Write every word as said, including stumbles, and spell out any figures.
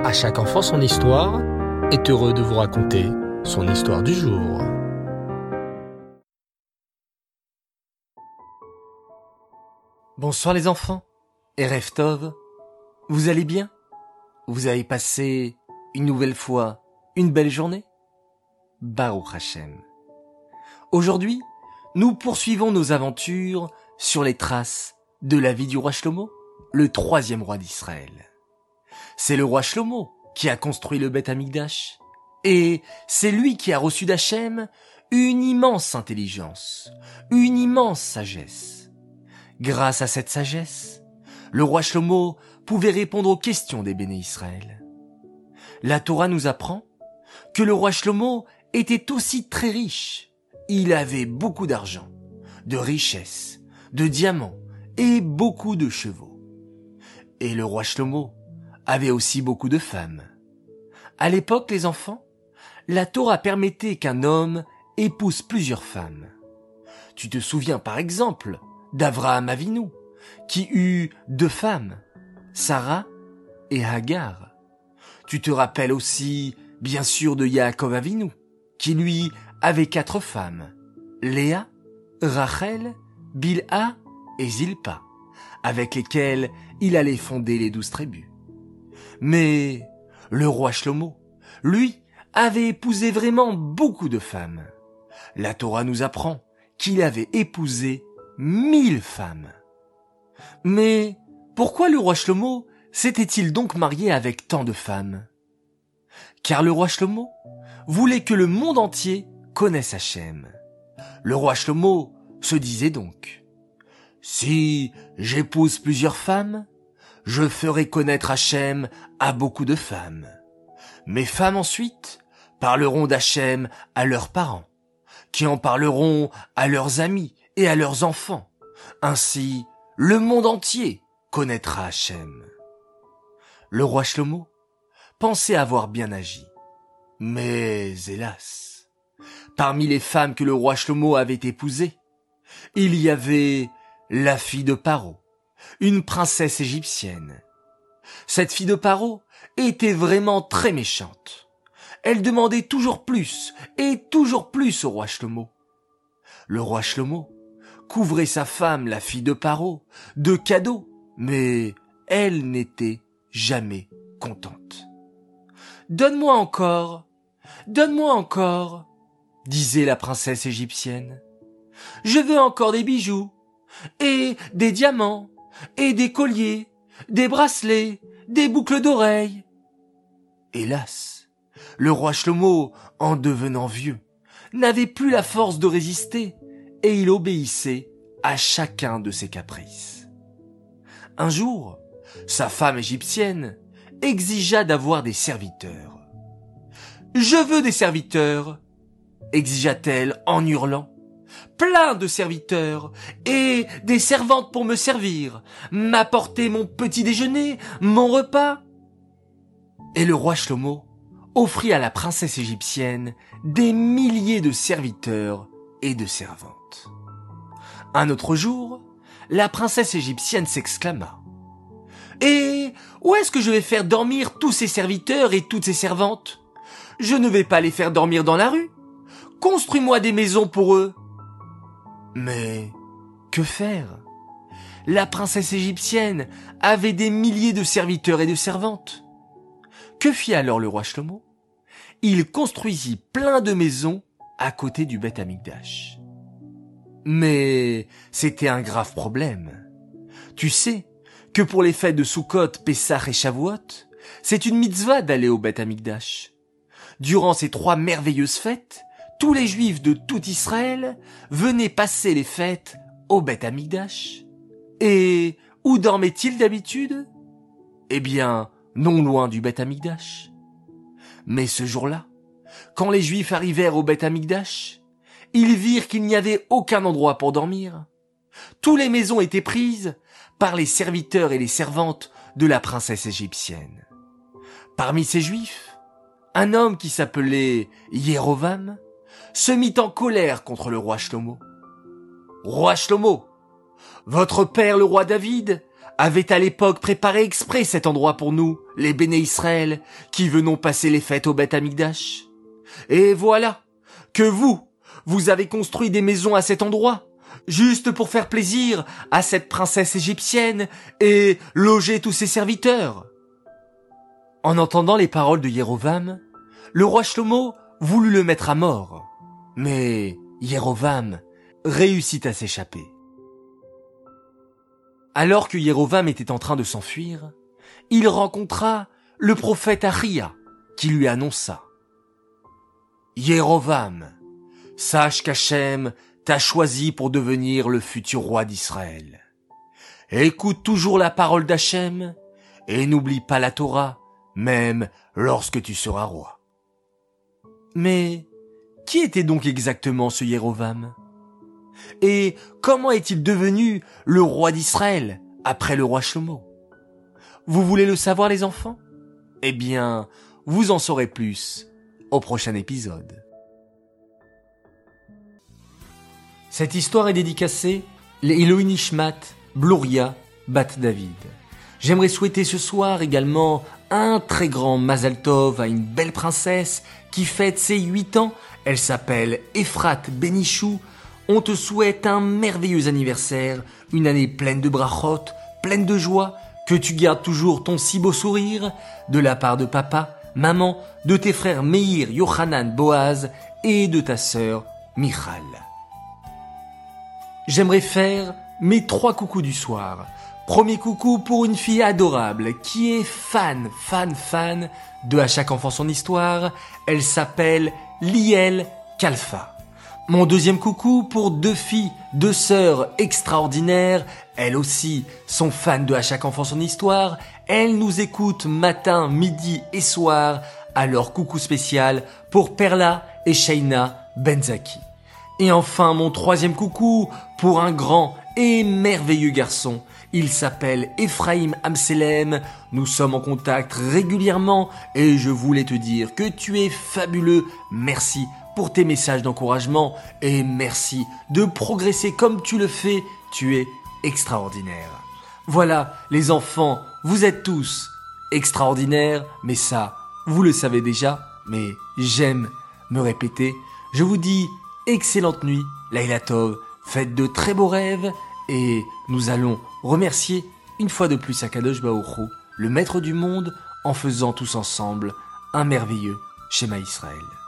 À chaque enfant son histoire est heureux de vous raconter son histoire du jour. Bonsoir les enfants, Erev Tov, vous allez bien? Vous avez passé une nouvelle fois une belle journée? Baruch Hashem. Aujourd'hui, nous poursuivons nos aventures sur les traces de la vie du roi Shlomo, le troisième roi d'Israël. C'est le roi Shlomo qui a construit le Beth Amikdash, et c'est lui qui a reçu d'Hachem une immense intelligence, une immense sagesse. Grâce à cette sagesse, le roi Shlomo pouvait répondre aux questions des béné Israël. La Torah nous apprend que le roi Shlomo était aussi très riche. Il avait beaucoup d'argent, de richesses, de diamants et beaucoup de chevaux. Et le roi Shlomo avait aussi beaucoup de femmes. À l'époque, les enfants, la Torah permettait qu'un homme épouse plusieurs femmes. Tu te souviens par exemple d'Avraham Avinu, qui eut deux femmes, Sarah et Hagar. Tu te rappelles aussi, bien sûr, de Yaakov Avinu, qui lui avait quatre femmes, Léa, Rachel, Bilha et Zilpa, avec lesquelles il allait fonder les douze tribus. Mais le roi Shlomo, lui, avait épousé vraiment beaucoup de femmes. La Torah nous apprend qu'il avait épousé mille femmes. Mais pourquoi le roi Shlomo s'était-il donc marié avec tant de femmes? Car le roi Shlomo voulait que le monde entier connaisse Hachem. Le roi Shlomo se disait donc: si j'épouse plusieurs femmes, je ferai connaître Hachem à beaucoup de femmes. Mes femmes ensuite parleront d'Hachem à leurs parents, qui en parleront à leurs amis et à leurs enfants. Ainsi, le monde entier connaîtra Hachem. Le roi Shlomo pensait avoir bien agi. Mais hélas, parmi les femmes que le roi Shlomo avait épousées, il y avait la fille de Paro, une princesse égyptienne. Cette fille de Paro était vraiment très méchante. Elle demandait toujours plus et toujours plus au roi Shlomo. Le roi Shlomo couvrait sa femme, la fille de Paro, de cadeaux, mais elle n'était jamais contente. « Donne-moi encore, donne-moi encore », disait la princesse égyptienne. « Je veux encore des bijoux, et des diamants, et des colliers, des bracelets, des boucles d'oreilles. » Hélas, le roi Shlomo, en devenant vieux, n'avait plus la force de résister, et il obéissait à chacun de ses caprices. Un jour, sa femme égyptienne exigea d'avoir des serviteurs. « Je veux des serviteurs !» exigea-t-elle en hurlant. « Plein de serviteurs et des servantes pour me servir, m'apporter mon petit déjeuner, mon repas. » Et le roi Shlomo offrit à la princesse égyptienne des milliers de serviteurs et de servantes. Un autre jour, la princesse égyptienne s'exclama: « Et où est-ce que je vais faire dormir tous ces serviteurs et toutes ces servantes? Je ne vais pas les faire dormir dans la rue. Construis-moi des maisons pour eux. » Mais que faire? La princesse égyptienne avait des milliers de serviteurs et de servantes. Que fit alors le roi Shlomo? Il construisit plein de maisons à côté du Beth Amikdash. Mais c'était un grave problème. Tu sais que pour les fêtes de Sukkot, Pessah et Shavuot, c'est une mitzvah d'aller au Beth Amikdash. Durant ces trois merveilleuses fêtes, tous les Juifs de tout Israël venaient passer les fêtes au Beth Amikdash. Et où dormaient-ils d'habitude? Eh bien, non loin du Beth Amikdash. Mais ce jour-là, quand les Juifs arrivèrent au Beth Amikdash, ils virent qu'il n'y avait aucun endroit pour dormir. Toutes les maisons étaient prises par les serviteurs et les servantes de la princesse égyptienne. Parmi ces Juifs, un homme qui s'appelait Yerovam se mit en colère contre le roi Shlomo. « Roi Shlomo, votre père le roi David avait à l'époque préparé exprès cet endroit pour nous, les Béné Israël, qui venons passer les fêtes au Beth Amikdash. Et voilà, que vous, vous avez construit des maisons à cet endroit, juste pour faire plaisir à cette princesse égyptienne et loger tous ses serviteurs. En entendant les paroles de Jérovam, le roi Shlomo voulut le mettre à mort, mais Jérovam réussit à s'échapper. Alors que Jérovam était en train de s'enfuir, il rencontra le prophète Ahia, qui lui annonça: Jérovam, sache qu'Hachem t'a choisi pour devenir le futur roi d'Israël. Écoute toujours la parole d'Hachem et n'oublie pas la Torah, même lorsque tu seras roi. Mais qui était donc exactement ce Jérovam? Et comment est-il devenu le roi d'Israël après le roi Shlomo? Vous voulez le savoir, les enfants? Eh bien, vous en saurez plus au prochain épisode. Cette histoire est dédicacée Elohim Nishmat Bluria Bat David. J'aimerais souhaiter ce soir également un très grand Mazal Tov à une belle princesse qui fête ses huit ans. Elle s'appelle Efrat Benichou. On te souhaite un merveilleux anniversaire, une année pleine de brachot, pleine de joie, que tu gardes toujours ton si beau sourire, de la part de papa, maman, de tes frères Meir, Yochanan, Boaz et de ta sœur Michal. J'aimerais faire mes trois coucous du soir. Premier coucou pour une fille adorable qui est fan, fan, fan de À chaque enfant son histoire. Elle s'appelle Liel Kalfa. Mon deuxième coucou pour deux filles, deux sœurs extraordinaires. Elles aussi sont fans de À chaque enfant son histoire. Elles nous écoutent matin, midi et soir. Alors coucou spécial pour Perla et Shaina Benzaki. Et enfin mon troisième coucou pour un grand et merveilleux garçon. Il s'appelle Ephraim Amselem. Nous sommes en contact régulièrement et je voulais te dire que tu es fabuleux. Merci pour tes messages d'encouragement et merci de progresser comme tu le fais. Tu es extraordinaire. Voilà, les enfants, vous êtes tous extraordinaires, mais ça, vous le savez déjà, mais j'aime me répéter. Je vous dis excellente nuit, Laila Tov, faites de très beaux rêves et nous allons remercier une fois de plus Akadosh Baruch Hu, le maître du monde, en faisant tous ensemble un merveilleux Shema Israël.